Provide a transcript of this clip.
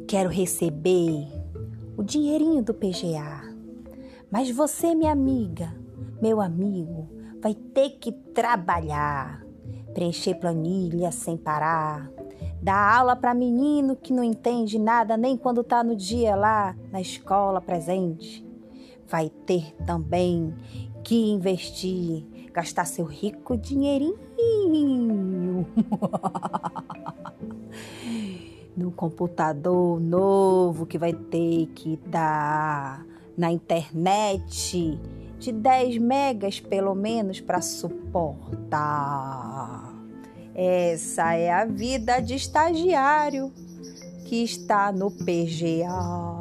quero receber o dinheirinho do PGA. Mas você, minha amiga, meu amigo, vai ter que trabalhar, preencher planilha sem parar, dar aula para menino que não entende nada nem quando tá no dia lá na escola presente. Vai ter também que investir, gastar seu rico dinheirinho no computador novo que vai ter que dar, na internet de 10 megas pelo menos para suportar. Essa é a vida de estagiário que está no PGA.